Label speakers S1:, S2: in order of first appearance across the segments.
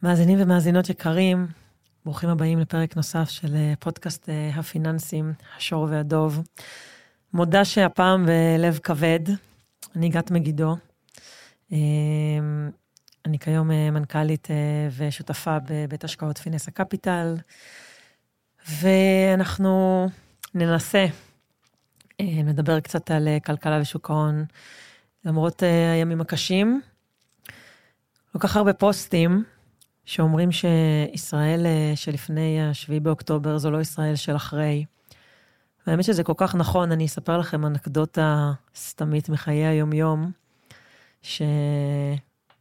S1: מאזינים ומאזינות יקרים, ברוכים הבאים לפרק נוסף של פודקאסט הפיננסים, השור והדוב. מודה שהפעם בלב כבד, אני גת מגידו. אני כיום מנכ"לית ושותפה בבית השקעות פיננסה קפיטל, ואנחנו ננסה לדבר קצת על כלכלה ושוק ההון, למרות הימים הקשים. לא כך הרבה פוסטים שאומרים שישראל שלפני 7 באוקטובר זו לא ישראל של אחרי. והאמת שזה כל כך נכון, אני אספר לכם אנקדוטה סתמית מחיי היום-יום, שנותנת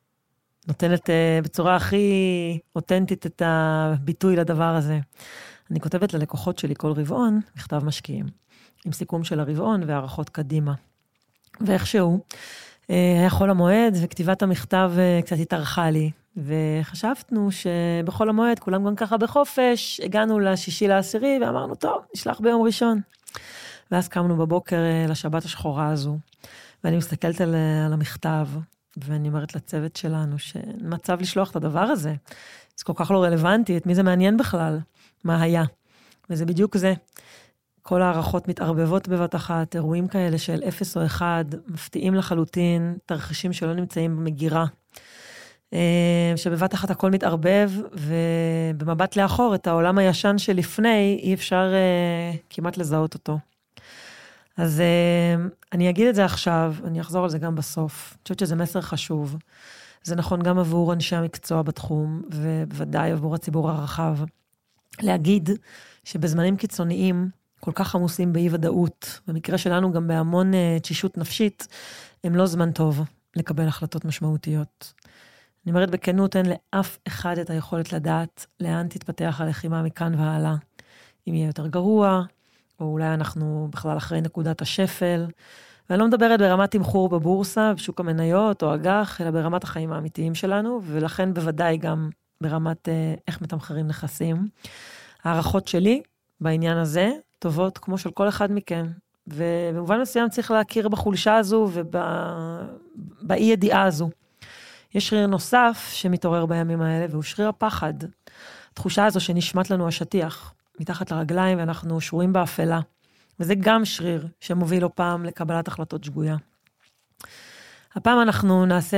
S1: בצורה הכי אותנטית את הביטוי לדבר הזה. אני כותבת ללקוחות שלי כל רבעון, מכתב משקיעים, עם סיכום של הרבעון והערכות קדימה. ואיכשהו, היה חול המועד, וכתיבת המכתב קצת התארכה לי, וחשבנו שבכל המועד, כולם גם ככה בחופש, הגענו ל6/10, ואמרנו, טוב, נשלח ביום ראשון. ואז קמנו בבוקר לשבת השחורה הזו, ואני מסתכלת על המכתב, ואני אומרת לצוות שלנו, שמצב לשלוח את הדבר הזה, זה כל כך לא רלוונטי, את מי זה מעניין בכלל, מה היה. וזה בדיוק זה. כל הערכות מתערבבות בבת אחת, אירועים כאלה של 0 או 1, מפתיעים לחלוטין, תרחישים שלא נמצאים במגירה, שבבת אחת הכל מתערבב, ובמבט לאחור, את העולם הישן שלפני, אי אפשר כמעט לזהות אותו. אז אני אגיד את זה עכשיו, אני אחזור על זה גם בסוף. אני חושבת שזה מסר חשוב. זה נכון גם עבור אנשי המקצוע בתחום, ובוודאי עבור הציבור הרחב. להגיד שבזמנים קיצוניים, כל כך עמוסים באי ודאות, במקרה שלנו גם בהמון תשישות נפשית, הם לא זמן טוב לקבל החלטות משמעותיות. אני אומרת בכנות, אין לאף אחד את היכולת לדעת לאן תתפתח הלחימה מכאן והלאה. אם יהיה יותר גרוע, או אולי אנחנו בכלל אחרי נקודת השפל, ואני לא מדברת ברמת תמחור בבורסה, בשוק המניות או אג"ח, אלא ברמת החיים האמיתיים שלנו, ולכן בוודאי גם ברמת איך מתמחרים נכסים. הערכות שלי בעניין הזה, טובות כמו של כל אחד מכם, ובמובן מסוים צריך להכיר בחולשה הזו ובאי ידיעה הזו. יש שריר נוסף שמתעורר בימים האלה, והוא שריר הפחד. התחושה הזו שנשמט לנו השטיח, מתחת לרגליים, ואנחנו שרורים באפלה. וזה גם שריר שמוביל לו פעם לקבלת החלטות שגויה. הפעם אנחנו נעשה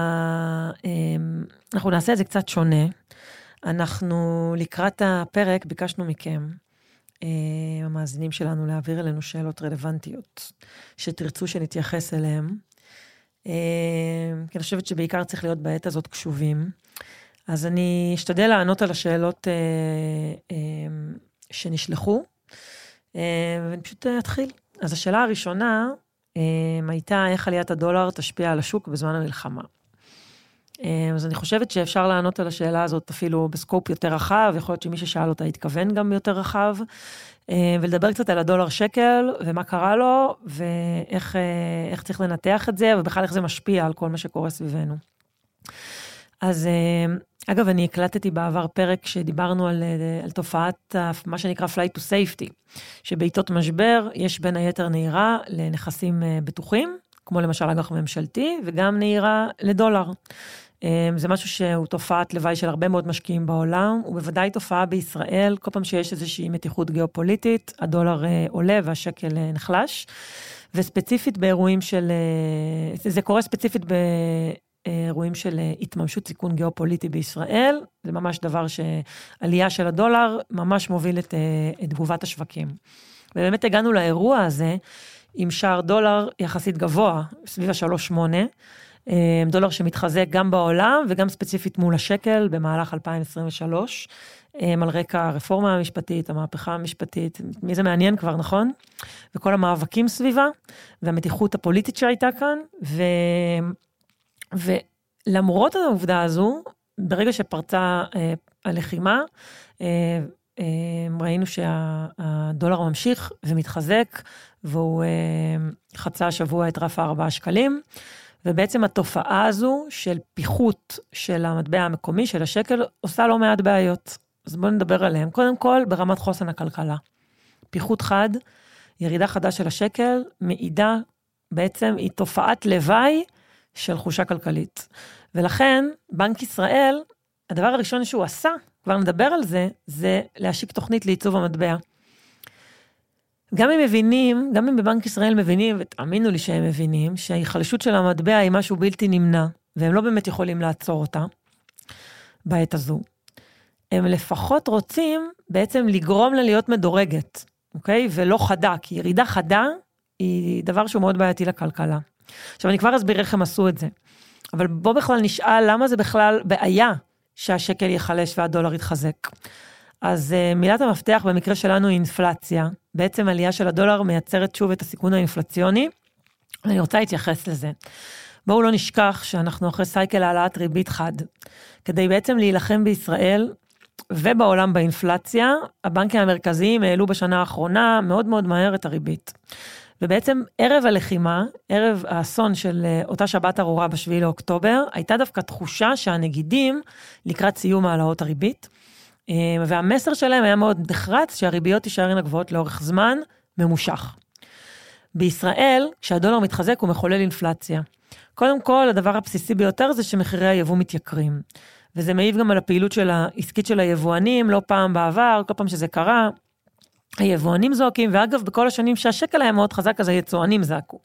S1: את זה קצת שונה. אנחנו לקראת הפרק ביקשנו מכם, המאזינים שלנו, להעביר אלינו שאלות רלוונטיות, שתרצו שנתייחס אליהם. כי אני חושבת שבעיקר צריך להיות בעת הזאת קשובים. אז אני אשתדל לענות על השאלות שנשלחו, ואני פשוט אתחיל. אז השאלה הראשונה הייתה, איך עליית הדולר תשפיע על השוק בזמן המלחמה? אז אני חושבת שאפשר לענות על השאלה הזאת אפילו בסקופ יותר רחב, יכול להיות שמי ששאל אותה יתכוון גם יותר רחב, ולדבר קצת על הדולר שקל, ומה קרה לו, ואיך צריך לנתח את זה, ובכלל איך זה משפיע על כל מה שקורה סביבנו. אז אגב, אני הקלטתי בעבר פרק שדיברנו על תופעת מה שנקרא flight to safety, שבעיתות משבר יש בין היתר נהירה לנכסים בטוחים, כמו למשל אג"ח ממשלתי, וגם נהירה לדולר. זה משהו שהוא תופעת לוואי של הרבה מאוד משקיעים בעולם, ובוודאי תופעה בישראל, כל פעם שיש איזושהי מתיחות גיאופוליטית, הדולר עולה והשקל נחלש, וספציפית באירועים של, זה קורה ספציפית באירועים של התממשות סיכון גיאופוליטי בישראל, זה ממש דבר שעלייה של הדולר ממש מוביל את תגובת השווקים. ובאמת הגענו לאירוע הזה, עם שער דולר יחסית גבוה, סביב 3.8, דולר שמתחזק גם בעולם, וגם ספציפית מול השקל, במהלך 2023, על רקע הרפורמה המשפטית, המהפכה המשפטית, מי זה מעניין כבר, נכון? וכל המאבקים סביבה, והמתיחות הפוליטית שהייתה כאן, ולמרות העובדה הזו, ברגע שפרצה הלחימה, ראינו שהדולר ממשיך ומתחזק, והוא חצה השבוע את רף 4 שקלים, ובעצם התופעה הזו של פיחות של המטבע המקומי, של השקל, עושה לא מעט בעיות. אז בואו נדבר עליהם. קודם כל, ברמת חוסן הכלכלה. פיחות חד, ירידה חדה של השקל, מעידה בעצם היא תופעת לוואי של חושה כלכלית. ולכן, בנק ישראל הדבר הראשון שהוא עשה, כבר נדבר על זה, זה להשיק תוכנית לעיצוב המטבע. גם אם בבנק ישראל מבינים, ותאמינו לי שהם מבינים, שההיחלשות של המטבע היא משהו בלתי נמנע, והם לא באמת יכולים לעצור אותה בעת הזו. הם לפחות רוצים בעצם לגרום לה להיות מדורגת, אוקיי? ולא חדה, כי ירידה חדה היא דבר שהוא מאוד בעייתי לכלכלה. עכשיו אני כבר אסביר איך הם עשו את זה, אבל בוא בכלל נשאל למה זה בכלל בעיה שהשקל ייחלש והדולר יתחזק. אז מילת המפתח במקרה שלנו היא אינפלציה, בעצם עלייה של הדולר מייצרת שוב את הסיכון האינפלציוני, אני רוצה להתייחס לזה. בואו לא נשכח שאנחנו אחרי סייקל העלאת ריבית חד, כדי בעצם להילחם בישראל ובעולם באינפלציה, הבנקים המרכזיים העלו בשנה האחרונה מאוד מאוד מהר את הריבית. ובעצם ערב הלחימה, ערב האסון של אותה שבת ארורה ב7 לאוקטובר, הייתה דווקא תחושה שהנגידים לקראת סיום העלאות הריבית, והמסר שלהם היה מאוד נחרץ שהריביות תישארנה גבוהות לאורך זמן ממושך. בישראל, כשהדולר מתחזק הוא מחולל אינפלציה. קודם כל, הדבר הבסיסי ביותר זה שמחירי היבוא מתייקרים. וזה מעיב גם על הפעילות העסקית של היבואנים, לא פעם בעבר, כל פעם שזה קרה, היבואנים זועקים, ואגב, בכל השנים שהשקל היה מאוד חזק, אז היצואנים זעקו.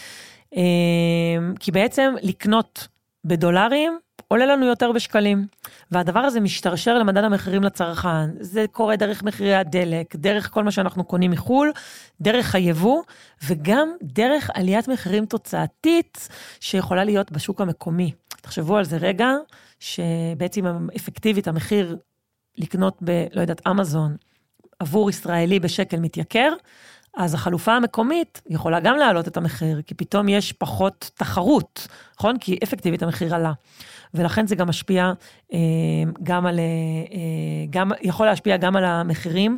S1: כי בעצם לקנות בדולרים, עולה לנו יותר בשקלים, והדבר הזה משתרשר למדד המחירים לצרכן. זה קורה דרך מחירי הדלק, דרך כל מה שאנחנו קונים מחול, דרך היבוא, וגם דרך עליית מחירים תוצאתית, שיכולה להיות בשוק המקומי. תחשבו על זה רגע, שבעצם אפקטיבית המחיר לקנות לא יודעת, אמזון, עבור ישראלי בשקל מתייקר, אז החלופה המקומית יכולה גם להעלות את המחיר, כי פתאום יש פחות תחרות, נכון? כי אפקטיבית המחיר עלה. ולכן זה גם משפיע יכול להשפיע גם על המחירים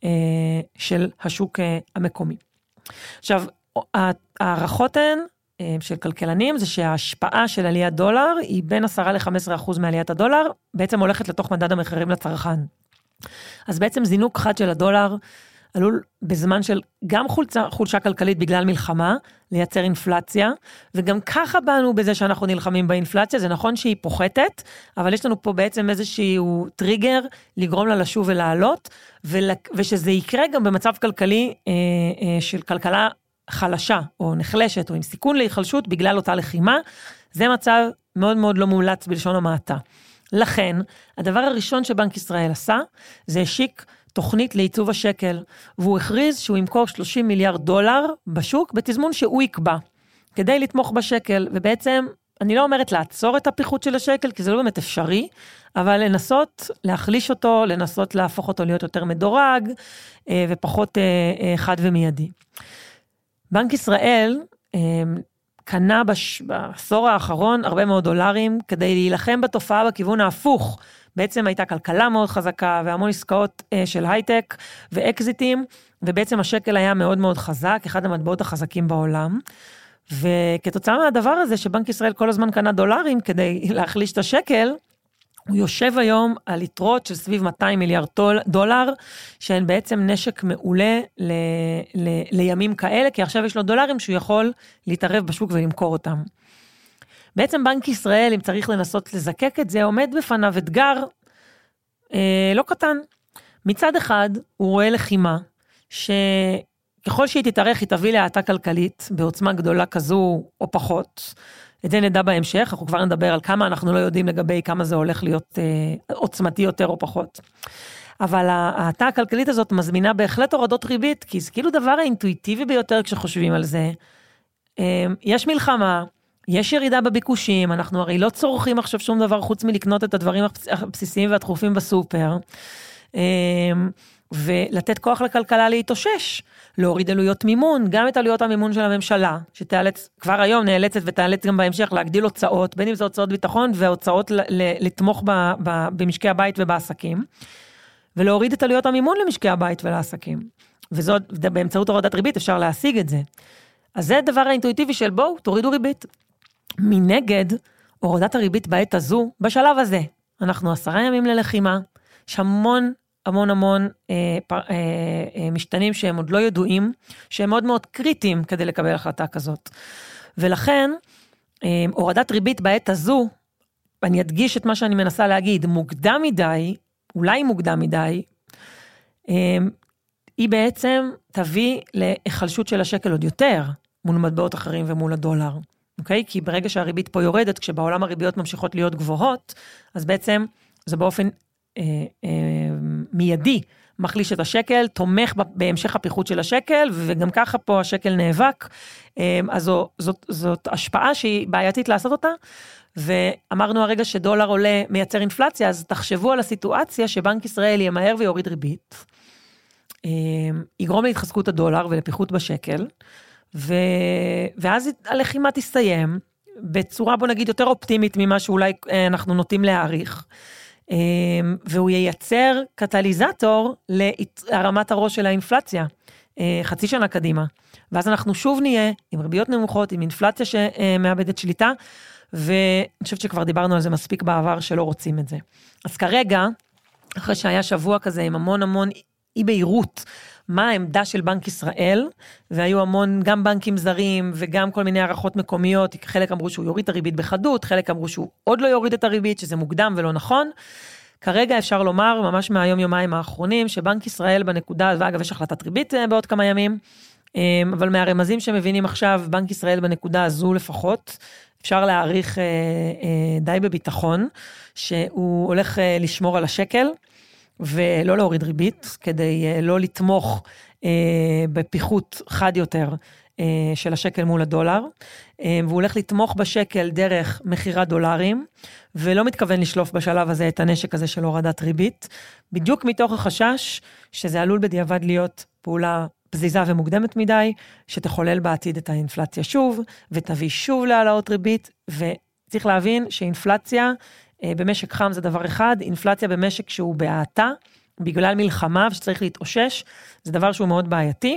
S1: של השוק המקומי. עכשיו, הערכות הן של כלכלנים, זה שההשפעה של עליית דולר היא בין 10-15% מעליית הדולר, בעצם הולכת לתוך מדד המחירים לצרכן. אז בעצם זינוק חד של הדולר, עלול בזמן של גם חולשה כלכלית בגלל מלחמה, לייצר אינפלציה, וגם ככה באנו בזה שאנחנו נלחמים באינפלציה, זה נכון שהיא פוחתת, אבל יש לנו פה בעצם איזשהו טריגר, לגרום לה לשוב ולעלות, ושזה יקרה גם במצב כלכלי של כלכלה חלשה, או נחלשת, או עם סיכון להיחלשות בגלל אותה לחימה, זה מצב מאוד מאוד לא מומלץ בלשון המעטה. לכן, הדבר הראשון שבנק ישראל עשה, זה השיק תוכנית לעיצוב השקל, והוא הכריז שהוא ימכור 30 מיליארד דולר בשוק, בתזמון שהוא יקבע, כדי לתמוך בשקל, ובעצם, אני לא אומרת לעצור את הפיחות של השקל, כי זה לא באמת אפשרי, אבל לנסות להחליש אותו, לנסות להפוך אותו להיות יותר מדורג, ופחות חד ומיידי. בנק ישראל קנה בעשור האחרון הרבה מאוד דולרים, כדי להילחם בתופעה בכיוון ההפוך. בעצם הייתה כלכלה מאוד חזקה, והמון עסקאות של הייטק ואקזיטים, ובעצם השקל היה מאוד מאוד חזק, אחד המטבעות החזקים בעולם. וכתוצאה מהדבר הזה, שבנק ישראל כל הזמן קנה דולרים, כדי להחליש את השקל, הוא יושב היום על יתרות של סביב 200 מיליארד דולר, שהן בעצם נשק מעולה לימים כאלה, כי עכשיו יש לו דולרים שהוא יכול להתערב בשוק ולמכור אותם. בעצם בנק ישראל, אם צריך לנסות לזקק את זה, עומד בפניו אתגר לא קטן. מצד אחד, הוא רואה לחימה, שככל שהיא תתארך, היא תביא להאטה כלכלית, בעוצמה גדולה כזו או פחות, את זה נדע בהמשך, אנחנו כבר נדבר על כמה אנחנו לא יודעים לגבי כמה זה הולך להיות עוצמתי יותר או פחות. אבל ההאטה הכלכלית הזאת מזמינה בהחלט הורדות ריבית, כי זה כאילו דבר האינטואיטיבי ביותר כשחושבים על זה. יש מלחמה, יש ירידה בביקושים, אנחנו הרי לא צורכים עכשיו שום דבר חוץ מלקנות את הדברים הבסיסיים והדחופים בסופר, ולתת כוח לכלכלה להתאושש, להוריד עלויות מימון, גם את עלויות המימון של הממשלה, שתיאלץ, כבר היום נאלצת ותיאלץ גם בהמשך להגדיל הוצאות, בין אם זה הוצאות ביטחון והוצאות לתמוך במשקי הבית ובעסקים, ולהוריד את עלויות המימון למשקי הבית ולעסקים. וזאת, באמצעות הורדת ריבית אפשר להשיג את זה. אז זה הדבר האינטואיטיבי של בואו, תורידו ריבית. מנגד, הורדת הריבית בעת הזו, בשלב הזה, אנחנו 10 ימים ללחימה, יש המון משתנים שהם עוד לא ידועים, שהם מאוד מאוד קריטיים כדי לקבל החלטה כזאת. ולכן, הורדת ריבית בעת הזו, ואני אדגיש את מה שאני מנסה להגיד, מוקדם מדי, אולי מוקדם מדי, היא בעצם תביא להיחלשות של השקל עוד יותר, מול מטבעות אחרים ומול הדולר. אוקיי? כי ברגע שהריבית פה יורדת, כשבעולם הריביות ממשיכות להיות גבוהות, אז בעצם זה באופן מיידי, מחליש את השקל, תומך בהמשך הפיחות של השקל, וגם ככה פה השקל נאבק, אז זאת השפעה שהיא בעייתית לעשות אותה, ואמרנו הרגע שדולר עולה מייצר אינפלציה, אז תחשבו על הסיטואציה שבנק ישראל ימהר ויוריד ריבית, יגרום להתחזקות הדולר ולפיחות בשקל, ואז הלחימה תסתיים, בצורה בוא נגיד יותר אופטימית ממה שאולי אנחנו נוטים להעריך, והוא ייצר קטליזטור להרמת הראש של האינפלציה, חצי שנה קדימה, ואז אנחנו שוב נהיה עם ריביות נמוכות, עם אינפלציה שמאבדת שליטה, ואני חושבת שכבר דיברנו על זה מספיק בעבר שלא רוצים את זה. אז כרגע, אחרי שהיה שבוע כזה עם המון אי בהירות, מה העמדה של בנק ישראל, והיו המון גם בנקים זרים, וגם כל מיני הערכות מקומיות, חלק אמרו שהוא יוריד את הריבית בחדות, חלק אמרו שהוא עוד לא יוריד את הריבית, שזה מוקדם ולא נכון. כרגע אפשר לומר, ממש מהיום-יומיים האחרונים, שבנק ישראל בנקודה, ואגב יש החלטת ריבית בעוד כמה ימים, אבל מהרמזים שמבינים עכשיו, בנק ישראל בנקודה הזו לפחות, אפשר להעריך די בביטחון, שהוא הולך לשמור על השקל, ולא להוריד ריבית, כדי לא לתמוך בפיחות חד יותר של השקל מול הדולר, והוא הולך לתמוך בשקל דרך מחירת דולרים, ולא מתכוון לשלוף בשלב הזה את הנשק הזה של הורדת ריבית, בדיוק מתוך החשש שזה עלול בדיעבד להיות פעולה פזיזה ומוקדמת מדי, שתחולל בעתיד את האינפלציה שוב, ותביא שוב להעלאות ריבית, וצריך להבין שאינפלציה במשק חם זה דבר אחד, אינפלציה במשק שהוא בהאטה, בגלל מלחמה ושצריך להתאושש, זה דבר שהוא מאוד בעייתי.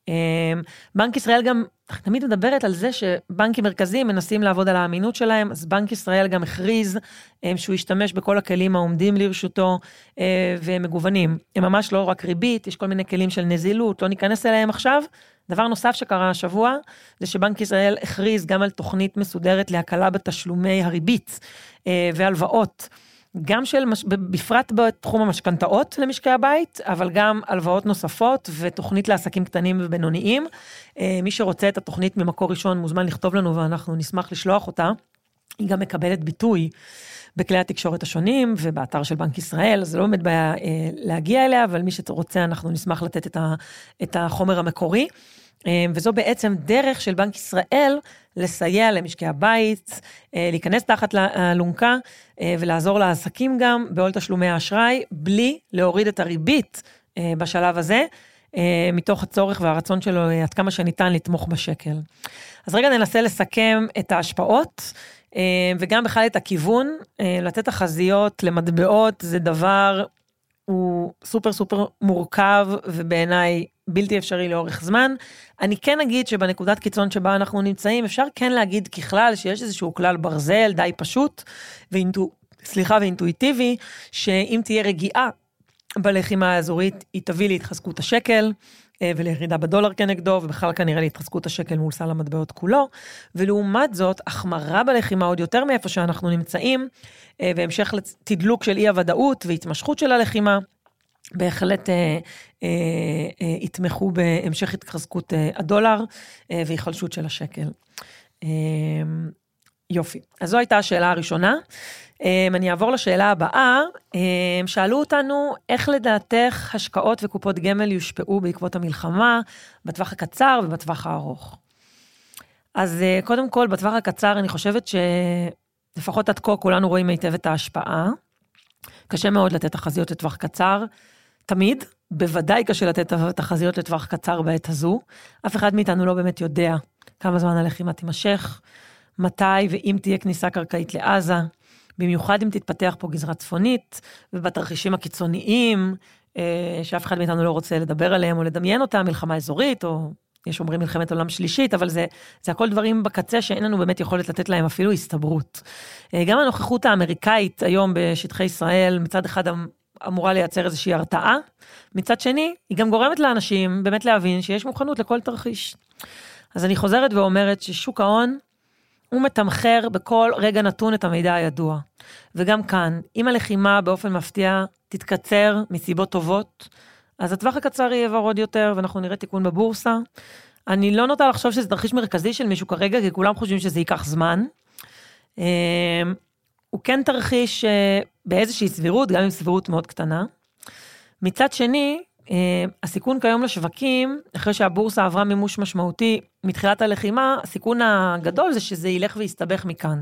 S1: בנק ישראל גם תמיד מדברת על זה שבנקים מרכזיים מנסים לעבוד על האמינות שלהם, אז בנק ישראל גם הכריז שהוא ישתמש בכל הכלים העומדים לרשותו ומגוונים. הם ממש לא רק ריבית, יש כל מיני כלים של נזילות, לא ניכנס אליהם עכשיו. דבר נוסף שקרה השבוע, זה שבנק ישראל הכריז גם על תוכנית מסודרת להקלה בתשלומי הריבית והלוואות, גם בפרט בתחום המשכנתאות למשקי הבית, אבל גם הלוואות נוספות ותוכנית לעסקים קטנים ובינוניים. מי שרוצה את התוכנית ממקור ראשון מוזמן לכתוב לנו ואנחנו נשמח לשלוח אותה. היא גם מקבלת ביטוי בכלי התקשורת השונים ובאתר של בנק ישראל, זה לא עומד בעיה להגיע אליה, אבל מי שרוצה אנחנו נשמח לתת את החומר המקורי. וזו בעצם דרך של בנק ישראל לסייע למשקי הבית, להיכנס תחת לאלונקה ולעזור לעסקים גם בעול תשלומי האשראי, בלי להוריד את הריבית בשלב הזה, מתוך הצורך והרצון שלו עד כמה שניתן לתמוך בשקל. אז רגע ננסה לסכם את ההשפעות, וגם בכלל את הכיוון, לתת תחזיות למטבעות, זה דבר, הוא סופר סופר מורכב, ובעיניי בלתי אפשרי לאורך זמן. אני כן אגיד שבנקודת קיצון שבה אנחנו נמצאים, אפשר כן להגיד ככלל שיש איזשהו כלל ברזל, די פשוט, ואינטואיטיבי, שאם תהיה רגיעה בלחימה האזורית, היא תביא להתחזקות השקל, ולירידה בדולר כנגדו, ובכלל כנראה להתחזקות השקל מול סל המטבעות כולו, ולעומת זאת, החמרה בלחימה עוד יותר מאיפה שאנחנו נמצאים, והמשך תדלוק של אי הוודאות, והתמשכות של הלחימה, בהחלט יתמכו בהמשך התחזקות הדולר, והיחלשות של השקל. יופי. אז זו הייתה השאלה הראשונה. אני אעבור לשאלה הבאה. שאלו אותנו, איך לדעתך השקעות וקופות גמל יושפעו בעקבות המלחמה, בטווח הקצר ובטווח הארוך? אז קודם כל, בטווח הקצר אני חושבת שלפחות עד כה כולנו רואים היטב את ההשפעה. קשה מאוד לתת תחזיות לטווח קצר, תמיד, בוודאי קשה לתת תחזיות לטווח קצר בעת הזו. אף אחד מאיתנו לא באמת יודע כמה זמן הלחימה תימשך, מתי ואם תהיה כניסה קרקעית לעזה, במיוחד אם תתפתח פה גזרה צפונית, ובתרחישים הקיצוניים, שאף אחד מאיתנו לא רוצה לדבר עליהם או לדמיין אותם, מלחמה אזורית, או יש אומרים מלחמת עולם שלישית, אבל זה הכל דברים בקצה שאין לנו באמת יכולת לתת להם אפילו הסתברות. גם הנוכחות האמריקאית היום בשטחי ישראל, מצד אחד אמורה לייצר איזושהי הרתעה, מצד שני, היא גם גורמת לאנשים באמת להבין שיש מוכנות לכל תרחיש. אז אני חוזרת ואומרת ששוק ההון, הוא מתמחר בכל רגע נתון את המידע הידוע. וגם כאן, אם הלחימה באופן מפתיע תתקצר מסיבות טובות, אז הטווח הקצר יהיה ורוד יותר, ואנחנו נראה תיקון בבורסה. אני לא נוטה לחשוב שזה תרחיש מרכזי של מישהו כרגע, כי כולם חושבים שזה ייקח זמן. הוא כן תרחיש באיזושהי סבירות, גם עם סבירות מאוד קטנה. מצד שני, הסיכון כיום לשווקים, אחרי שהבורסה עברה מימוש משמעותי מתחילת הלחימה, הסיכון הגדול זה שזה ילך ויסתבך מכאן.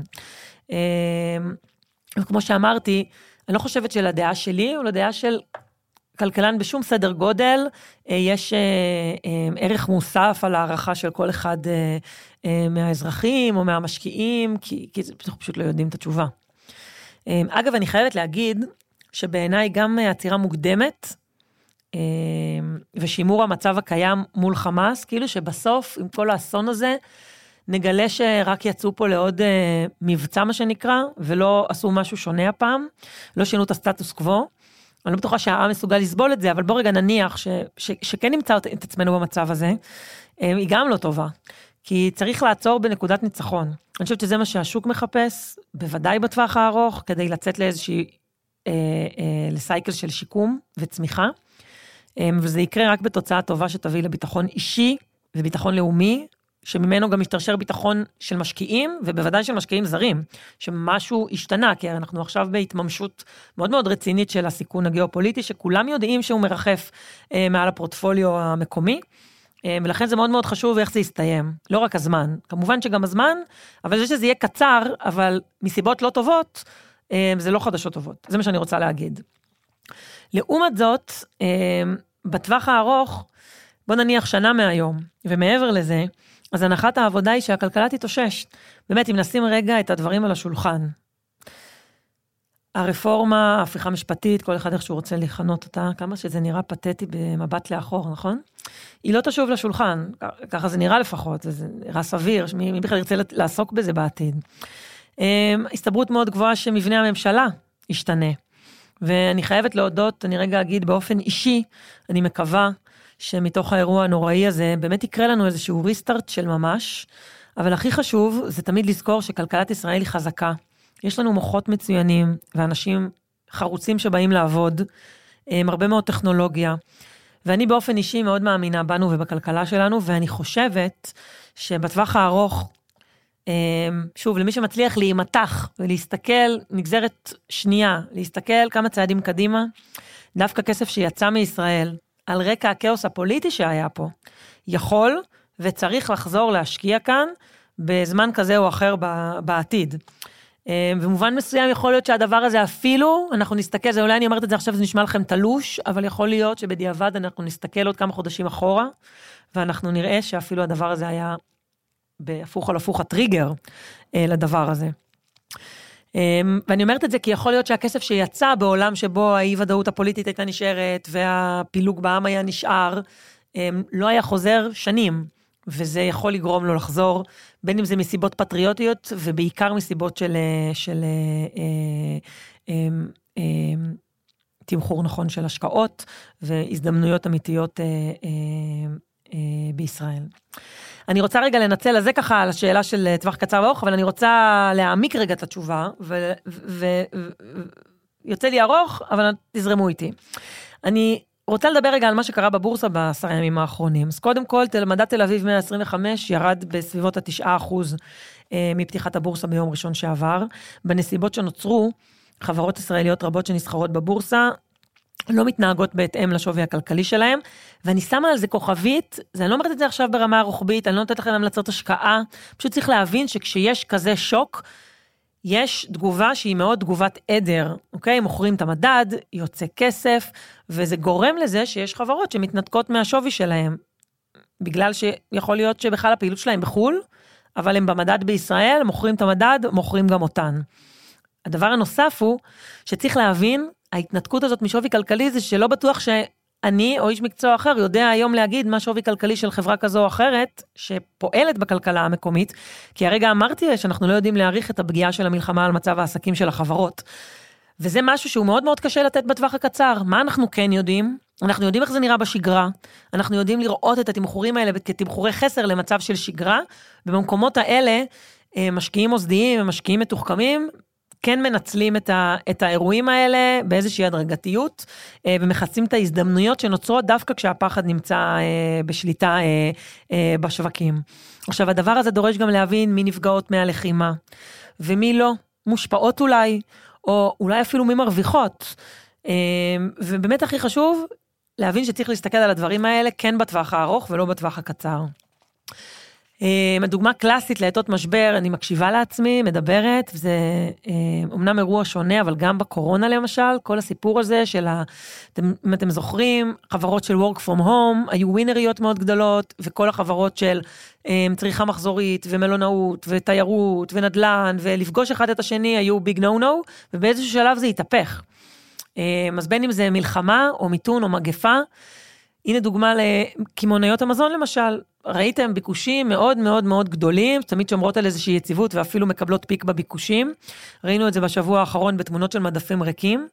S1: וכמו שאמרתי, אני לא חושבת שלדעה שלי, או לדעה של כלכלן בשום סדר גודל, יש ערך מוסף על הערכה של כל אחד מהאזרחים או מהמשקיעים, כי אנחנו פשוט לא יודעים את התשובה. אגב, אני חייבת להגיד שבעיניי גם עצירה מוקדמת, ושימור המצב הקיים מול חמאס, כאילו שבסוף, עם כל האסון הזה, נגלה שרק יצאו פה לעוד מבצע, מה שנקרא, ולא עשו משהו שונה הפעם, לא שינו את הסטטוס קוו. אני לא בטוחה שהעם מסוגל לסבול את זה, אבל בוא רגע נניח שכן נמצא את עצמנו במצב הזה, היא גם לא טובה, כי צריך לעצור בנקודת ניצחון. אני חושבת שזה מה שהשוק מחפש, בוודאי בטווח הארוך, כדי לצאת לאיזושהי, לסייקל של שיקום וצמיחה, וזה יקרה רק בתוצאה טובה שתביא לביטחון אישי וביטחון לאומי, שממנו גם משתרשר ביטחון של משקיעים, ובוודאי של משקיעים זרים, שמשהו השתנה, כי אנחנו עכשיו בהתממשות מאוד מאוד רצינית של הסיכון הגיאופוליטי, שכולם יודעים שהוא מרחף מעל הפורטפוליו המקומי, ולכן זה מאוד מאוד חשוב איך זה יסתיים, לא רק הזמן, כמובן שגם הזמן, אבל זה שזה יהיה קצר, אבל מסיבות לא טובות, זה לא חדשות טובות, זה מה שאני רוצה להגיד. לעומת זאת, בטווח הארוך, בוא נניח שנה מהיום, ומעבר לזה, אז הנחת העבודה היא שהכלכלה תתאושש. באמת, אם נשים רגע את הדברים על השולחן. הרפורמה, ההפיכה המשפטית, כל אחד איך שהוא רוצה לכנות אותה, כמה שזה נראה פתטי במבט לאחור, נכון? היא לא תשוב לשולחן, ככה זה נראה לפחות, זה נראה סביר, מי בכלל ירצה לעסוק בזה בעתיד. הסתברות מאוד גבוהה שמבנה הממשלה ישתנה. ואני חייבת להודות, אני רגע אגיד באופן אישי, אני מקווה שמתוך האירוע הנוראי הזה, באמת יקרה לנו איזשהו ריסטארט של ממש, אבל הכי חשוב זה תמיד לזכור שכלכלת ישראל היא חזקה. יש לנו מוחות מצוינים, ואנשים חרוצים שבאים לעבוד, הרבה מאוד טכנולוגיה, ואני באופן אישי מאוד מאמינה בנו ובכלכלה שלנו, ואני חושבת שבטווח הארוך, שוב, למי שמצליח להימתח ולהסתכל, נגזרת שנייה, להסתכל כמה צעדים קדימה, דווקא כסף שיצא מישראל, על רקע הכאוס הפוליטי שהיה פה, יכול וצריך לחזור להשקיע כאן, בזמן כזה או אחר בעתיד. במובן מסוים יכול להיות שהדבר הזה אפילו, אנחנו נסתכל, זה אולי אני אומרת את זה עכשיו, זה נשמע לכם תלוש, אבל יכול להיות שבדיעבד אנחנו נסתכל עוד כמה חודשים אחורה, ואנחנו נראה שאפילו הדבר הזה היה בהפוך על הפוך הטריגר לדבר הזה. ואני אומרת את זה כי יכול להיות שהכסף שיצא בעולם שבו האי-ודאות הפוליטית הייתה נשארת, והפילוג בעם היה נשאר, לא היה חוזר שנים, וזה יכול לגרום לו לחזור, בין אם זה מסיבות פטריוטיות, ובעיקר מסיבות של תמחור נכון של השקעות, והזדמנויות אמיתיות בישראל. אני רוצה רגע לנצל, אז זה ככה על השאלה של טווח קצר וארוך, אבל אני רוצה להעמיק רגע את התשובה, ויוצא לי ארוך, אבל תזרמו איתי. אני רוצה לדבר רגע על מה שקרה בבורסה ב10 ימים האחרונים. אז קודם כל, מדד תל אביב 125 ירד בסביבות 9% מפתיחת הבורסה ביום ראשון שעבר. בנסיבות שנוצרו, חברות ישראליות רבות שנסחרות בבורסה, לא מתנהגות בהתאם לשווי הכלכלי שלהם, ואני שמה על זה כוכבית, אני לא אומרת את זה עכשיו ברמה הרוחבית, אני לא נותנת לכם המלצות השקעה, פשוט צריך להבין שכשיש כזה שוק, יש תגובה שהיא מאוד תגובת עדר, אוקיי? מוכרים את המדד, יוצא כסף, וזה גורם לזה שיש חברות שמתנתקות מהשווי שלהם, בגלל שיכול להיות שבכלל הפעילות שלהם בחול, אבל הם במדד בישראל, מוכרים את המדד, מוכרים גם אותן. הדבר הנוסף הוא שצריך להבין, ההתנתקות הזאת משווי כלכלי זה שלא בטוח שאני או איש מקצוע אחר יודע היום להגיד מה שווי כלכלי של חברה כזו או אחרת שפועלת בכלכלה המקומית, כי הרגע אמרתי שאנחנו לא יודעים להעריך את הפגיעה של המלחמה על מצב העסקים של החברות, וזה משהו שהוא מאוד מאוד קשה לתת בטווח הקצר. מה אנחנו כן יודעים? אנחנו יודעים איך זה נראה בשגרה, אנחנו יודעים לראות את התמחורים האלה כתמחורי חסר למצב של שגרה, ובמקומות האלה משקיעים מוסדיים ומשקיעים מתוחכמים, כן מנצלים את האירועים האלה באיזושהי הדרגתיות, ומחצים את ההזדמנויות שנוצרות דווקא כשהפחד נמצא בשליטה בשווקים. עכשיו, הדבר הזה דורש גם להבין מי נפגעות מהלחימה, ומי לא, מושפעות אולי, או אולי אפילו מי מרוויחות. ובאמת הכי חשוב, להבין שצריך להסתכל על הדברים האלה, כן בטווח הארוך ולא בטווח הקצר. הדוגמה קלאסית לעתות משבר, אני מקשיבה לעצמי, מדברת, וזה אמנם אירוע שונה, אבל גם בקורונה למשל, כל הסיפור הזה של, אם אתם זוכרים, חברות של work from home, היו ווינריות מאוד גדולות, וכל החברות של צריכה מחזורית, ומלונאות, ותיירות, ונדלן, ולפגוש אחד את השני, היו ביג נו נו, ובאיזשהו שלב זה יתהפך. אז בין אם זה מלחמה, או מיתון, או מגפה, הנה דוגמה לכימוניות המזון למשל, ראיתם ביקושים מאוד מאוד מאוד גדולים, תמיד שומרות על איזושהי יציבות, ואפילו מקבלות פיק בביקושים, ראינו את זה בשבוע האחרון בתמונות של מדפים ריקים,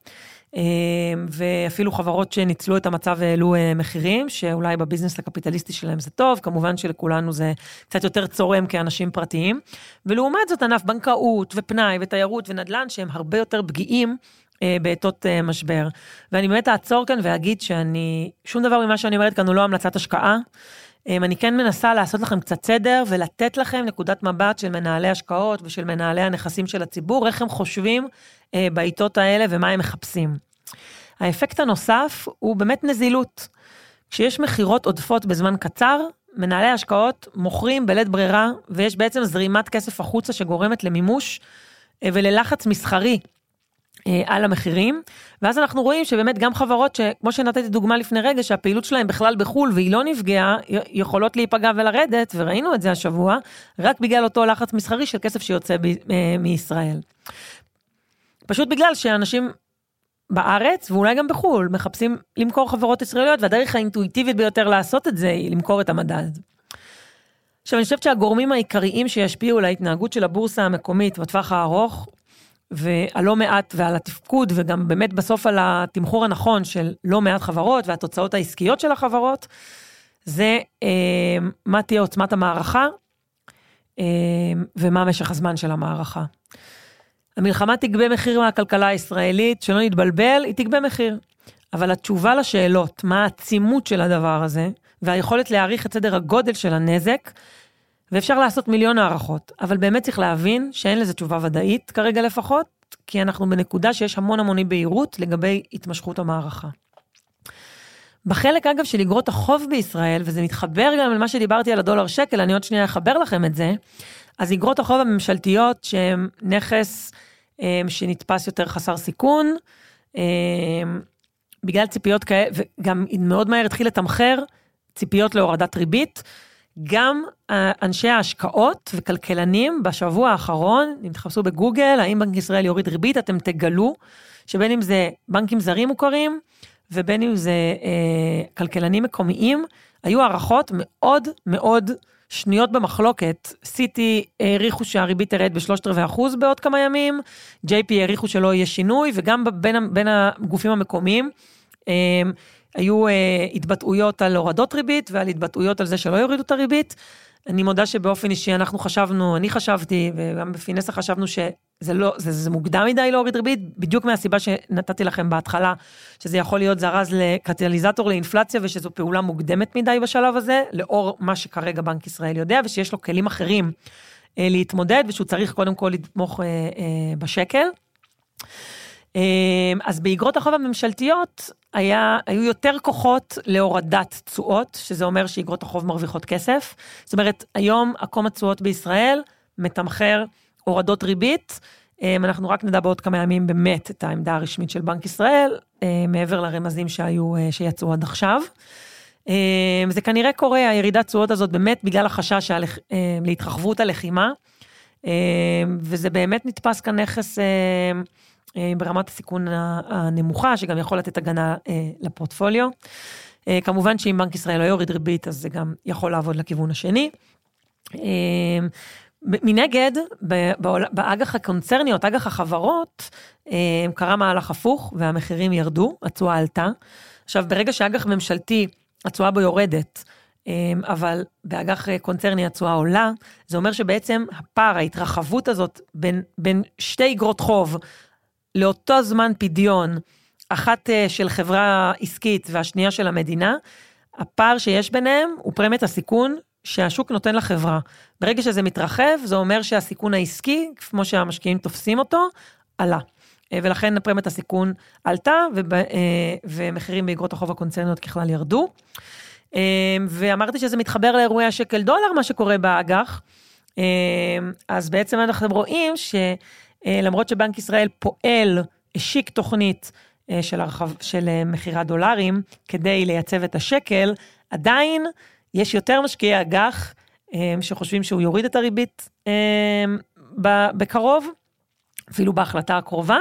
S1: ואפילו חברות שניצלו את המצב והעלו מחירים, שאולי בביזנס הקפיטליסטי שלהם זה טוב, כמובן שלכולנו זה קצת יותר צורם כאנשים פרטיים, ולעומת זאת ענף בנקאות ופנאי ותיירות ונדל"ן, שהם הרבה יותר פגיעים, בעתות משבר. ואני באמת אעצור כאן ואגיד שום דבר ממה שאני אומרת כאן הוא לא המלצת השקעה, אני כן מנסה לעשות לכם קצת סדר, ולתת לכם נקודת מבט של מנהלי השקעות, ושל מנהלי הנכסים של הציבור, איך הם חושבים בעתות האלה, ומה הם מחפשים. האפקט הנוסף הוא באמת נזילות. כשיש מחירות עודפות בזמן קצר, מנהלי השקעות מוכרים בלית ברירה, ויש בעצם זרימת כסף החוצה, שגורמת למימוש, וללחץ מסחרי, על המחירים, ואז אנחנו רואים שבאמת גם חברות שכמו שנתתי דוגמה לפני רגע, שהפעילות שלהם בכלל בחול והיא לא נפגעה, יכולות להיפגע ולרדת, וראינו את זה השבוע, רק בגלל אותו לחץ מסחרי של כסף שיוצא מישראל. פשוט בגלל שאנשים בארץ, ואולי גם בחול, מחפשים למכור חברות ישראליות, והדרך האינטואיטיבית ביותר לעשות את זה, היא למכור את המדד. עכשיו אני חושבת שהגורמים העיקריים שישפיעו על ההתנהגות של הבורסה המקומית בטווח הארוך, ועל מעט ועל התפקוד, וגם באמת בסוף על התמחור הנכון של לא מעט חברות, והתוצאות העסקיות של החברות, זה מה תהיה עוצמת המערכה, ומה משך הזמן של המערכה. המלחמה תגבה מחיר מהכלכלה הישראלית, שלא נתבלבל, היא תגבה מחיר. אבל התשובה לשאלות, מה העצימות של הדבר הזה, והיכולת להעריך את סדר הגודל של הנזק, ואפשר לעשות מיליון הערכות, אבל באמת צריך להבין שאין לזה תשובה ודאית, כרגע לפחות, כי אנחנו בנקודה שיש המון אי בהירות לגבי התמשכות המערכה. בחלק אגב של אגרות החוב בישראל, וזה מתחבר גם למה שדיברתי על הדולר שקל, אני עוד שנייה אחבר לכם את זה, אז אגרות החוב הממשלתיות שהן נכס שנתפס יותר חסר סיכון, בגלל ציפיות כאלה, וגם מאוד מהר התחיל לתמחר ציפיות להורדת ריבית, גם אנשי ההשקעות וכלכלנים בשבוע האחרון, אם תחפשו בגוגל, האם בנק ישראל יוריד ריבית, אתם תגלו שבין אם זה בנקים זרים מוכרים, ובין אם זה כלכלנים מקומיים, היו הערכות מאוד מאוד שנויות במחלוקת. סיטי העריכו שהריבית תרד ב3.25% בעוד כמה ימים, JP העריכו שלא יהיה שינוי, וגם בין הגופים המקומיים, היו התבטאויות על הורדות ריבית, ועל התבטאויות על זה שלא יורידו את הריבית. אני מודה שבאופן אישי אני חשבתי, וגם בפינסה חשבנו שזה מוקדם מדי להוריד ריבית, בדיוק מהסיבה שנתתי לכם בהתחלה, שזה יכול להיות זרז לקטליזטור לאינפלציה, ושזו פעולה מוקדמת מדי בשלב הזה, לאור מה שכרגע בנק ישראל יודע, ושיש לו כלים אחרים להתמודד, ושהוא צריך קודם כל לתמוך בשקל. אז באגרות החוב הממשלתיות היו יותר כוחות להורדת תשואות, שזה אומר שאגרות החוב מרוויחות כסף. זאת אומרת, היום עקום התשואות בישראל מתמחר הורדות ריבית. אנחנו רק נדע בעוד כמה ימים באמת את העמדה הרשמית של בנק ישראל, מעבר לרמזים שיצאו עד עכשיו. זה כנראה קורה, הירידת תשואות הזאת באמת בגלל החשש להתרחבות הלחימה, וזה באמת נתפס כנכס ברמת הסיכון הנמוכה, שגם יכול לתת הגנה לפורטפוליו. כמובן שאם בנק ישראל לא יוריד ריבית, אז זה גם יכול לעבוד לכיוון השני. מנגד, באג"ח הקונצרניות, אג"ח החברות, קרה מהלך הפוך, והמחירים ירדו, התשואה עלתה. עכשיו, ברגע שאג"ח ממשלתי, התשואה בו יורדת, אבל באג"ח קונצרני התשואה עולה, זה אומר שבעצם הפער, ההתרחבות הזאת בין שתי אגרות חוב, לאותו זמן פדיון, אחת של חברה עסקית והשנייה של המדינה, הפער שיש ביניהם הוא פרמיית הסיכון שהשוק נותן לחברה. ברגע שזה מתרחב, זה אומר שהסיכון העסקי, כמו שהמשקיעים תופסים אותו, עלה. ולכן פרמיית הסיכון עלתה, ומחירים באגרות החוב הקונצרניות ככלל ירדו. ואמרתי שזה מתחבר לאירועי השקל דולר, מה שקורה באג"ח. אז בעצם אנחנו רואים שלמרות שבנק ישראל פועל, השיק תוכנית של מחירת דולרים, כדי לייצב את השקל, עדיין יש יותר משקיעי אג"ח, שחושבים שהוא יוריד את הריבית בקרוב, אפילו בהחלטה הקרובה,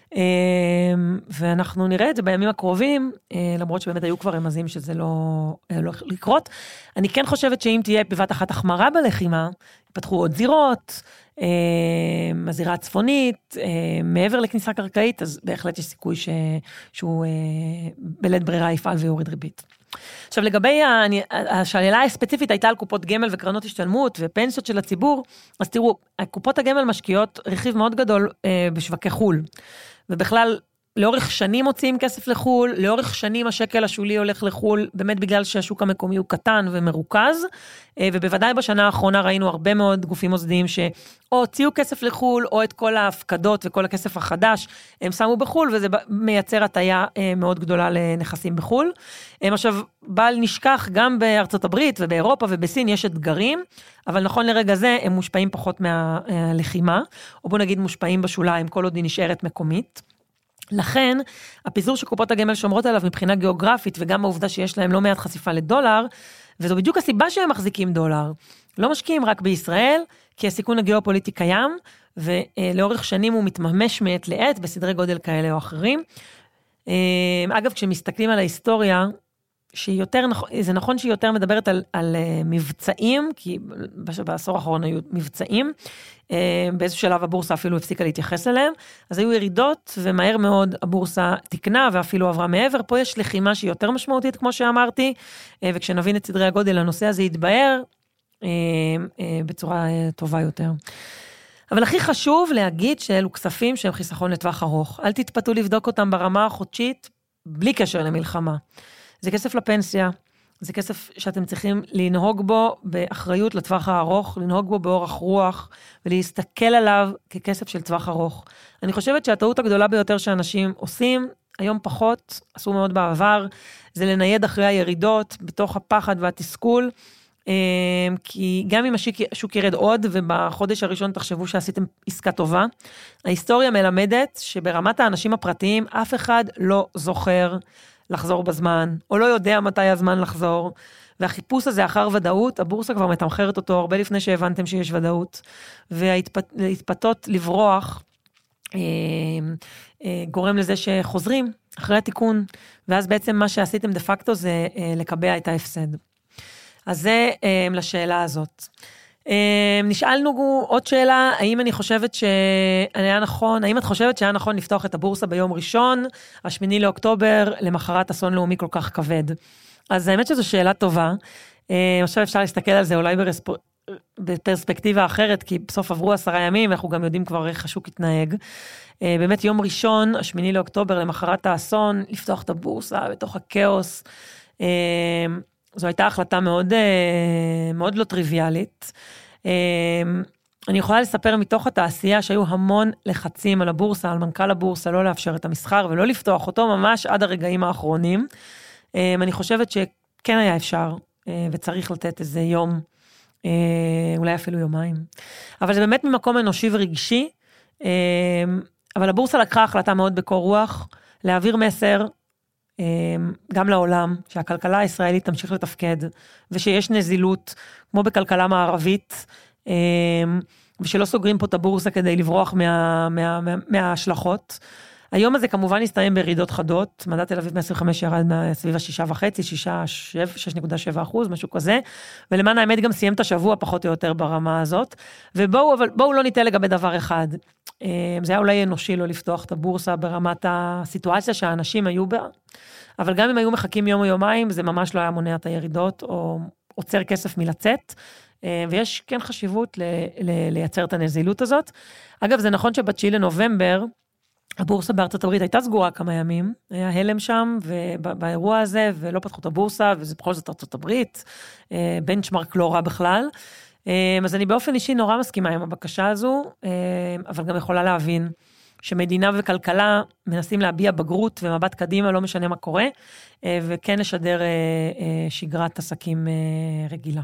S1: ואנחנו נראה את זה בימים הקרובים, למרות שבאמת היו כבר רמזים שזה לא הולך לקרות. אני כן חושבת שאם תהיה בבת אחת החמרה בלחימה, יפתחו עוד זירות, הזירה הצפונית, מעבר לכניסה קרקעית, אז בהחלט יש סיכוי שהוא בלית ברירה יפעל ויוריד ריבית. עכשיו לגבי, השאלה הספציפית הייתה על קופות גמל וקרנות השתלמות ופנסיות של הציבור, אז תראו, קופות הגמל משקיעות רכיב מאוד גדול בשווקי חול, ובכלל לאורך שנים מוציאים כסף לחול, לאורך שנים השקל השולי הולך לחול, באמת בגלל שהשוק המקומי הוא קטן ומרוכז, ובוודאי בשנה האחרונה ראינו הרבה מאוד גופים מוסדיים שאו הוציאו כסף לחול, או את כל ההפקדות וכל הכסף החדש הם שמו בחול, וזה מייצר הטיה מאוד גדולה לנכסים בחול. עכשיו, בל נשכח, גם בארצות הברית ובאירופה ובסין יש אתגרים, אבל נכון לרגע זה הם מושפעים פחות מהלחימה, או בוא נגיד מושפעים בשוליים, כל עוד היא נשארת מקומית. לכן, הפיזור שקופות הגמל שומרות עליו מבחינה גיאוגרפית, וגם העובדה שיש להם לא מעט חשיפה לדולר, וזו בדיוק הסיבה שהם מחזיקים דולר. לא משקיעים רק בישראל, כי הסיכון הגיאופוליטי קיים, ולאורך שנים הוא מתממש מעת לעת, בסדרי גודל כאלה או אחרים. אגב, כשמסתכלים על ההיסטוריה, זה נכון שהיא יותר מדברת על מבצעים, כי בעשור האחרון היו מבצעים, באיזשהו שלב הבורסה אפילו הפסיקה להתייחס אליהם, אז היו ירידות, ומהר מאוד הבורסה תקנה, ואפילו עברה מעבר. פה יש לחימה שהיא יותר משמעותית, כמו שאמרתי, וכשנבין את סדרי הגודל, הנושא הזה יתבהר בצורה טובה יותר. אבל הכי חשוב להגיד שאלו כספים שהם חיסכון לטווח ארוך. אל תתפתו לבדוק אותם ברמה החודשית, בלי קשר למלחמה. זה כסף לפנסיה, זה כסף שאתם צריכים לנהוג בו באחריות לטווח הארוך, לנהוג בו באורח רוח, ולהסתכל עליו ככסף של טווח ארוך. אני חושבת שהטעות הגדולה ביותר שאנשים עושים, היום פחות, עשו מאוד בעבר, זה לנייד אחרי הירידות, בתוך הפחד והתסכול, כי גם אם השוק ירד עוד, ובחודש הראשון תחשבו שעשיתם עסקה טובה, ההיסטוריה מלמדת שברמת האנשים הפרטיים, אף אחד לא זוכר לחזור בזמן, או לא יודע מתי הזמן לחזור, והחיפוש הזה אחר ודאות, הבורסה כבר מתמחרת אותו הרבה לפני שהבנתם שיש ודאות, והתפתות לברוח, גורם לזה שחוזרים אחרי התיקון, ואז בעצם מה שעשיתם דה פקטו זה לקבע את ההפסד. אז זה לשאלה הזאת. נשאלנו עוד שאלה, האם אני חושבת שהיה נכון, האם את חושבת שהיה נכון לפתוח את הבורסה ביום ראשון, 8 לאוקטובר, למחרת אסון לאומי כל כך כבד? אז האמת שזו שאלה טובה, עכשיו אפשר להסתכל על זה אולי בפרספקטיבה אחרת, כי בסוף עברו 10 ימים, ואנחנו גם יודעים כבר איך השוק התנהג. באמת יום ראשון, 8 לאוקטובר, למחרת האסון, לפתוח את הבורסה בתוך הכאוס, זו הייתה החלטה מאוד, מאוד לא טריוויאלית. אני יכולה לספר מתוך התעשייה שהיו המון לחצים על הבורסה, על מנכ"ל הבורסה, לא לאפשר את המסחר ולא לפתוח אותו ממש עד הרגעים האחרונים. אני חושבת שכן היה אפשר וצריך לתת איזה יום, אולי אפילו יומיים. אבל זה באמת ממקום אנושי ורגשי, אבל הבורסה לקחה החלטה מאוד בקור רוח, להעביר מסר, גם לעולם, שהכלכלה הישראלית תמשיך לתפקד, ושיש נזילות, כמו בכלכלה מערבית, ושלא סוגרים פה את הבורסה כדי לברוח מההשלכות. היום הזה כמובן הסתיים בירידות חדות, מדד תל אביב 125 ירד סביב ה-6.5, 6.7%, משהו כזה, ולמען האמת גם סיים את השבוע פחות או יותר ברמה הזאת, ובואו לא ניתן לגבי דבר אחד, זה היה אולי אנושי לא לפתוח את הבורסה ברמת הסיטואציה שהאנשים היו בה, אבל גם אם היו מחכים יום או יומיים, זה ממש לא היה מונע את הירידות, עוצר כסף מלצאת, ויש כן חשיבות לייצר את הנזילות הזאת. אגב, זה נכון ב9 לנובמבר, הבורסה בארצות הברית הייתה סגורה כמה ימים, היה הלם שם, ובאירוע הזה, ולא פתחו את הבורסה, וזה בכל זאת ארצות הברית, בנצ'מרק לא רע בכלל. אז אני באופן אישי נורא מסכימה עם הבקשה הזו, אבל גם יכולה להבין שמדינה וכלכלה מנסים להביע בגרות ומבט קדימה, לא משנה מה קורה, וכן לשדר שגרת עסקים רגילה.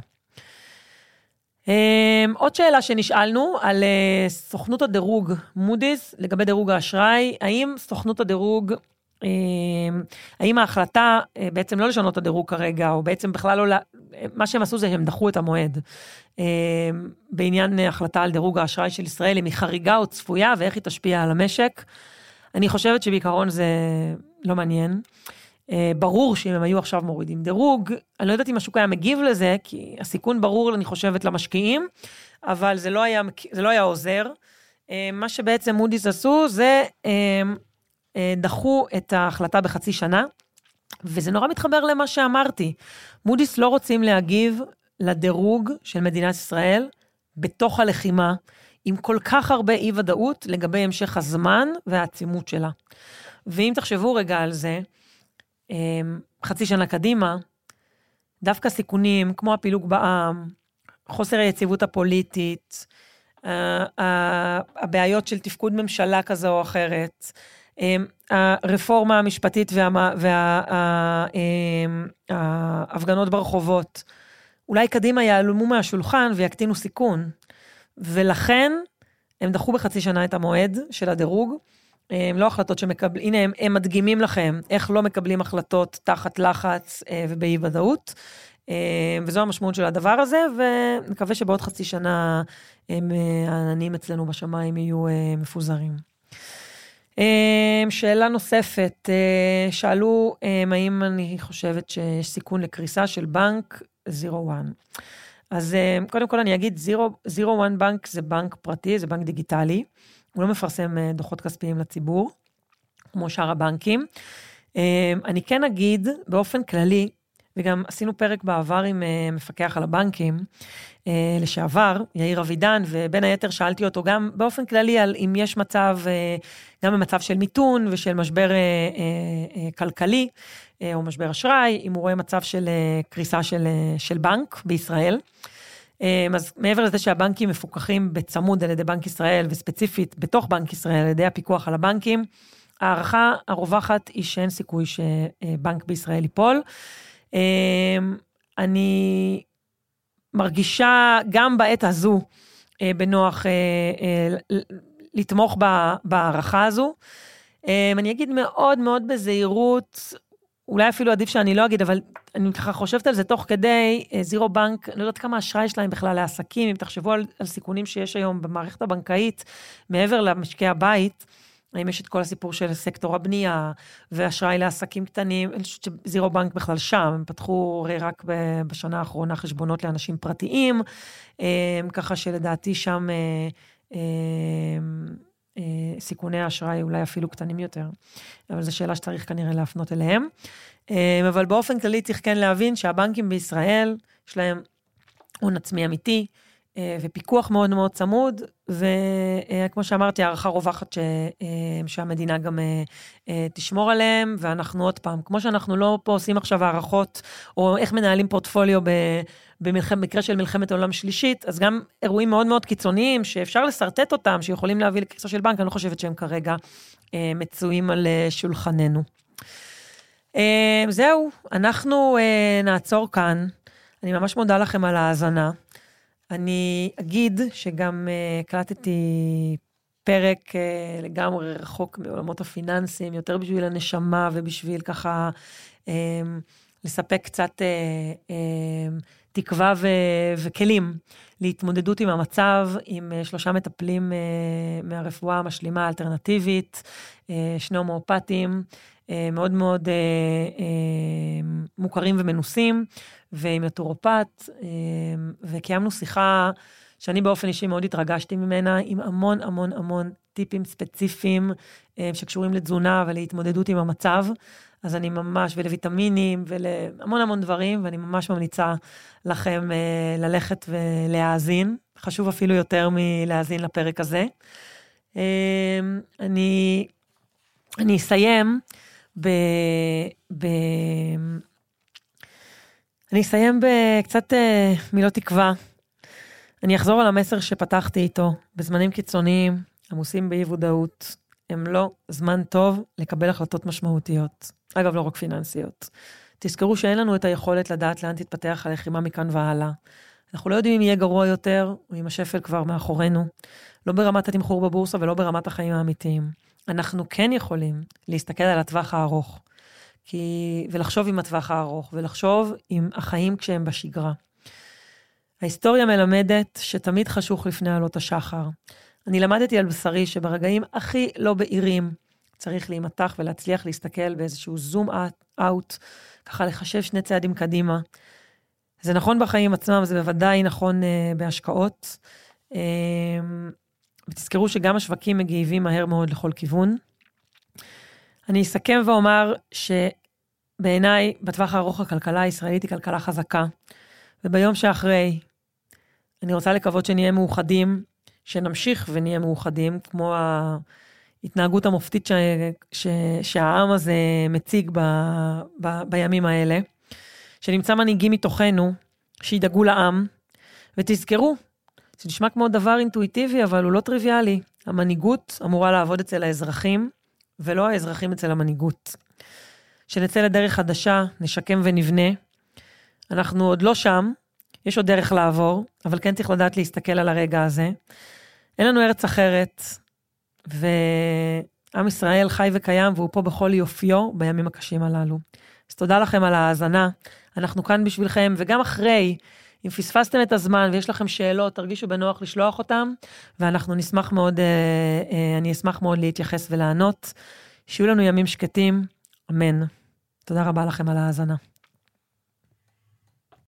S1: עוד שאלה שנשאלנו על סוכנות הדירוג מודי'ס, לגבי דירוג האשראי, האם סוכנות הדירוג, האם ההחלטה בעצם לא לשנות את הדירוג כרגע, או בעצם בכלל לא, מה שהם עשו זה שהם דחו את המועד, בעניין החלטה על דירוג האשראי של ישראל, אם היא חריגה או צפויה, ואיך היא תשפיע על המשק. אני חושבת שבעיקרון זה לא מעניין. ברור שאם הם היו עכשיו מורידים דירוג, אני לא יודעת אם השוק היה מגיב לזה, כי הסיכון ברור, אני חושבת, למשקיעים, אבל זה לא היה עוזר. מה שבעצם מודי'ס עשו, זה דחו את ההחלטה בחצי שנה, וזה נורא מתחבר למה שאמרתי. מודי'ס לא רוצים להגיב לדירוג של מדינת ישראל, בתוך הלחימה, עם כל כך הרבה אי-ודאות, לגבי המשך הזמן והעצימות שלה. ואם תחשבו רגע על זה, חצי שנה קדימה, דווקא סיכונים, כמו הפילוג בעם, חוסר היציבות הפוליטית, הבעיות של תפקוד ממשלה כזו או אחרת, הרפורמה המשפטית וההפגנות ברחובות, אולי קדימה יעלמו מהשולחן ויקטינו סיכון, ולכן הם דחו בחצי שנה את המועד של הדירוג, הם לא החלטות שמקבלים, הנה הם מדגימים לכם איך לא מקבלים החלטות תחת לחץ ובאי ודאות, וזו המשמעות של הדבר הזה, ונקווה שבעוד חצי שנה העננים אצלנו בשמיים יהיו מפוזרים. שאלה נוספת, שאלו האם אני חושבת שיש סיכון לקריסה של בנק Zero One. אז קודם כל אני אגיד, Zero One בנק זה בנק פרטי, זה בנק דיגיטלי, הוא לא מפרסם דוחות כספיים לציבור, כמו שאר הבנקים. אני כן אגיד, באופן כללי, וגם עשינו פרק בעבר עם מפקח על הבנקים, לשעבר, יאיר אבידן, ובין היתר שאלתי אותו גם באופן כללי, על אם יש מצב, גם במצב של מיתון, ושל משבר כלכלי, או משבר אשראי, אם הוא רואה מצב של קריסה של בנק בישראל. אז מעבר לזה שהבנקים מפוקחים בצמוד על ידי בנק ישראל, וספציפית בתוך בנק ישראל, על ידי הפיקוח על הבנקים, הערכה הרווחת היא שאין סיכוי שבנק בישראל ייפול. אני מרגישה גם בעת הזו בנוח לתמוך בהערכה הזו. אני אגיד מאוד מאוד בזהירות, אולי אפילו עדיף שאני לא אגיד, אבל אני ככה חושבת על זה תוך כדי, זירו בנק, אני לא יודעת כמה אשראי שלהם בכלל לעסקים, אם תחשבו על סיכונים שיש היום במערכת הבנקאית, מעבר למשקי הבית, האם יש את כל הסיפור של סקטור הבנייה, ואשראי לעסקים קטנים, אני חושבת שזירו בנק בכלל שם, הם פתחו רק בשנה האחרונה חשבונות לאנשים פרטיים, ככה שלדעתי שם סיכוני האשראי אולי אפילו קטנים יותר, אבל זו שאלה שצריך כנראה להפנות אליהם. אבל באופן כללי צריך כן להבין שהבנקים בישראל, יש להם הון עצמי אמיתי, ופיקוח מאוד מאוד צמוד, וכמו שאמרתי, הערכה רווחת שהמדינה גם תשמור עליהם, ואנחנו עוד פעם, כמו שאנחנו לא פה עושים עכשיו הערכות, או איך מנהלים פורטפוליו במקרה של מלחמת העולם שלישית, אז גם אירועים מאוד מאוד קיצוניים, שאפשר לסרטט אותם, שיכולים להביא לקריסה של בנק, אני לא חושבת שהם כרגע מצויים על שולחננו. זהו, אנחנו נעצור כאן, אני ממש מודה לכם על ההאזנה, אני אגיד שגם הקלטתי פרק לגמרי רחוק מעולמות הפיננסיים, יותר בשביל הנשמה ובשביל ככה לספק קצת תקווה וכלים להתמודדות עם המצב, עם 3 מטפלים מהרפואה המשלימה האלטרנטיבית, 2 הומאופטים, מאוד מאוד מוכרים ומנוסים, ועם נטורופט, וקיימנו שיחה שאני באופן אישי מאוד התרגשתי ממנה, עם המון המון המון טיפים ספציפיים שקשורים לתזונה ולהתמודדות עם המצב, אז אני ממש, ולוויטמינים ולהמון המון דברים, ואני ממש ממליצה לכם ללכת ולהאזין, חשוב אפילו יותר מלהאזין לפרק הזה. אני אסיים אני אסיים בקצת מילות תקווה. אני אחזור על המסר שפתחתי איתו. בזמנים קיצוניים, עמוסים באי-ודאות, הם לא זמן טוב לקבל החלטות משמעותיות. אגב, לא רק פיננסיות. תזכרו שאין לנו את היכולת לדעת לאן תתפתח הלחימה מכאן והלאה. אנחנו לא יודעים אם יהיה גרוע יותר, או אם השפל כבר מאחורינו. לא ברמת התמחור בבורסה ולא ברמת החיים האמיתיים. אנחנו כן יכולים להסתכל על הטווח הארוך. ולחשוב עם הטווח הארוך, ולחשוב עם החיים כשהם בשגרה. ההיסטוריה מלמדת שתמיד חשוך לפני עלות השחר. אני למדתי על בשרי שברגעים הכי לא בהירים, צריך להימתח ולהצליח להסתכל באיזשהו זום אאוט, ככה לחשב 2 צעדים קדימה. זה נכון בחיים עצמם, זה בוודאי נכון בהשקעות. ותזכרו שגם השווקים מגיבים מהר מאוד לכל כיוון. אני אסכם ואומר שבעיניי, בטווח הארוך הכלכלה הישראלית היא כלכלה חזקה, וביום שאחרי, אני רוצה לקוות שנהיה מאוחדים, שנמשיך ונהיה מאוחדים, כמו ההתנהגות המופתית שהעם הזה מציג בימים האלה, שנמצא מנהיגים מתוכנו, שידאגו לעם, ותזכרו, זה נשמע כמו דבר אינטואיטיבי, אבל הוא לא טריוויאלי. המנהיגות אמורה לעבוד אצל האזרחים, ולא האזרחים אצל המנהיגות. שנצא לדרך חדשה, נשקם ונבנה. אנחנו עוד לא שם, יש עוד דרך לעבור, אבל כן צריך לדעת להסתכל על הרגע הזה. אין לנו ארץ אחרת, ועם ישראל חי וקיים, והוא פה בכל יופיו בימים הקשים הללו. אז תודה לכם על ההאזנה, אנחנו כאן בשבילכם, וגם אחרי, אם פספסתם את הזמן ויש לכם שאלות, תרגישו בנוח לשלוח אותם, ואנחנו נשמח מאוד, אני אשמח מאוד להתייחס ולענות. שיהיו לנו ימים שקטים, אמן. תודה רבה לכם על ההאזנה.